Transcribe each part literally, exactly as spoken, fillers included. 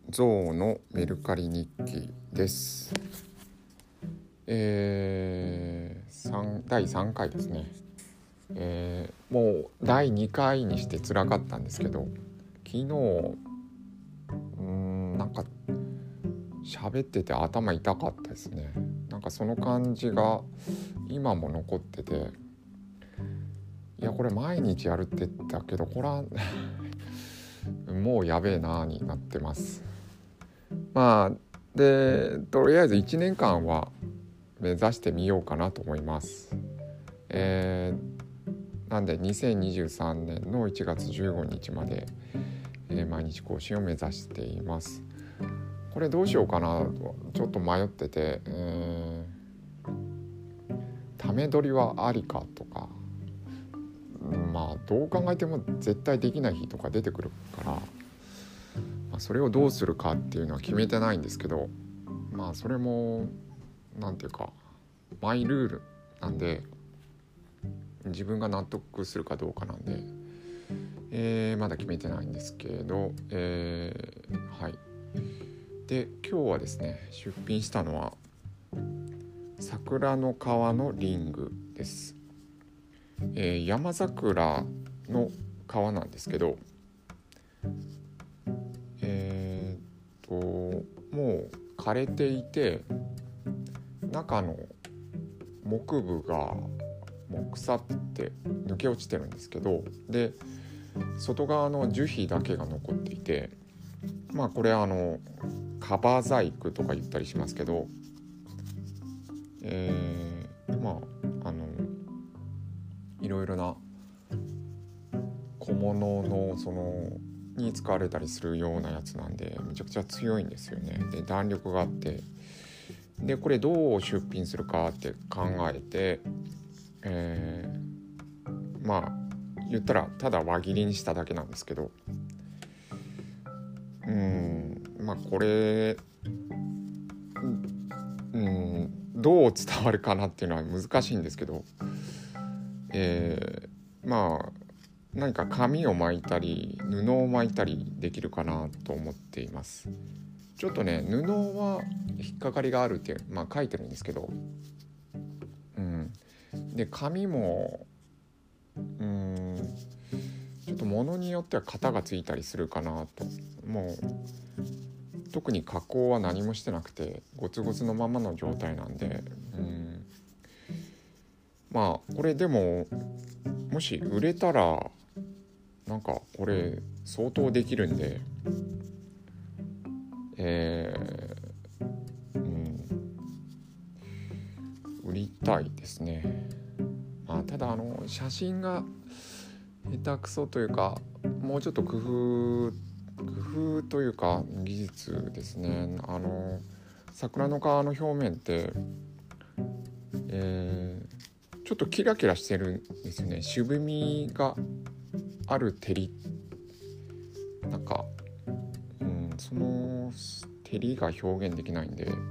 ゾウのメルカリ日記です。えー、だいさんかいですね。えー、もうだいにかいにして辛かったんですけど、昨日うーんなんか喋ってて頭痛かったですね。なんかその感じが今も残ってて、いやこれ毎日やるって言ったけどこれはもうやべえなーになってます。まあでとりあえずいちねんかんは目指してみようかなと思います。えー、なんでにせんにじゅうさんねんのいちがつじゅうごにちまで、えー、毎日更新を目指しています。これどうしようかなとちょっと迷ってて、えー、ため撮りはありかとか、まあどう考えても絶対できない日とか出てくるから、まあ、それをどうするかっていうのは決めてないんですけど、まあそれもなんていうかマイルールなんで自分が納得するかどうかなんで、えー、まだ決めてないんですけど、えー、はい。で今日はですね、出品したのは桜の川のリングです。えー、山桜の川なんですけど、えー、ともう枯れていて中の木部がもう腐って抜け落ちてるんですけど、で外側の樹皮だけが残っていて、まあこれあのカバ細工とか言ったりしますけど、えー、まああのいろいろな小物のそのに使われたりするようなやつなんでめちゃくちゃ強いんですよね。で弾力があって、でこれどう出品するかって考えて、えー、まあ言ったらただ輪切りにしただけなんですけど、うーんまあこれうんどう伝わるかなっていうのは難しいんですけど、えー、まあ何か紙を巻いたり布を巻いたりできるかなと思っています。ちょっとね布は引っかかりがあるってまあ書いてるんですけど、うんで紙もうーんちょっと物によっては型がついたりするかなと、もう特に加工は何もしてなくてゴツゴツのままの状態なんで、うんまあこれでももし売れたらなんかこれ相当できるんで、えーうん、売りたいですね。まあ、ただあの写真が下手くそというかもうちょっと工夫工夫というか技術ですね。あの桜の皮の表面って、えー、ちょっとキラキラしてるんですよね。渋みがある照りなんか、うん、その照りが表現できないんで、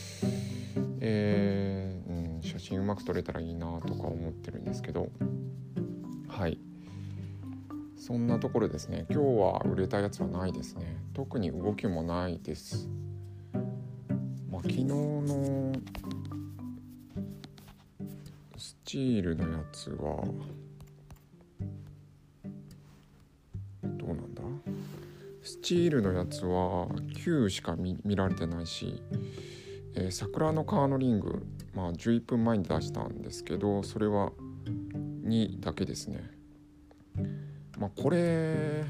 えーうん、写真うまく撮れたらいいなとか思ってるんですけど、はいそんなところですね。今日は売れたやつはないですね。特に動きもないです。まあ、昨日のスチールのやつはどうなんだ。スチールのやつはきゅうしか 見, 見られてないし、えー、桜の皮のリング、まあ、じゅういっぷんまえに出したんですけどそれはにだけですね。まあこれ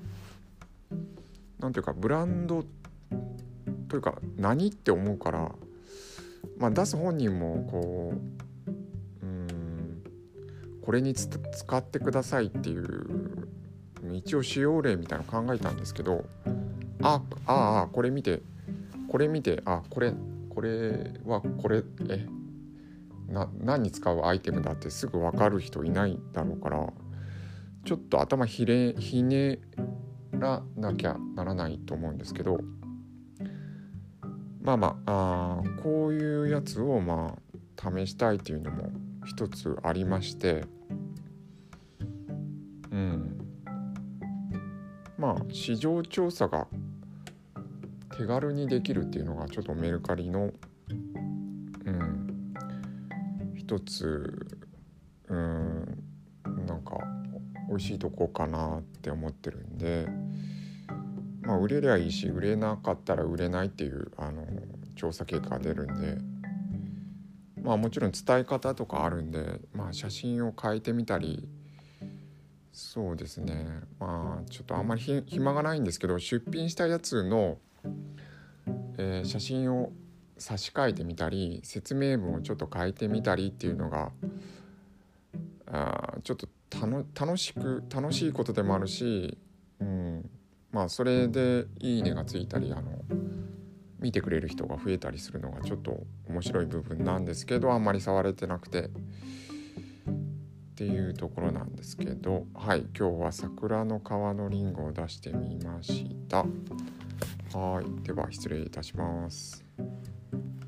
なんていうかブランドというか何って思うから、まあ、出す本人もこう、うーんこれにつ使ってくださいっていう一応使用例みたいなの考えたんですけど、あああこれ見てこれ見てあこれこれはこれえな何に使うアイテムだってすぐ分かる人いないだろうから、ちょっと頭ひれひねらなきゃならないと思うんですけど、まあまあ、あこういうやつをまあ試したいっていうのも一つありまして、うんまあ市場調査が手軽にできるっていうのがちょっとメルカリのうん一つうんなんか美味しいとこかなって思ってるんで、まあ売れりゃいいし、売れなかったら売れないっていうあの調査結果が出るんで、まあもちろん伝え方とかあるんで、まあ写真を変えてみたり、そうですね、まあちょっとあんまりひ暇がないんですけど、出品したやつの、えー写真を差し替えてみたり、説明文をちょっと変えてみたりっていうのがあちょっとたの楽しく楽しいことでもあるし、うん、まあそれでいいねがついたり、あの見てくれる人が増えたりするのがちょっと面白い部分なんですけど、あんまり触れてなくてっていうところなんですけど、はい、今日は桜の皮のリンゴを出してみました。はい、では失礼いたします。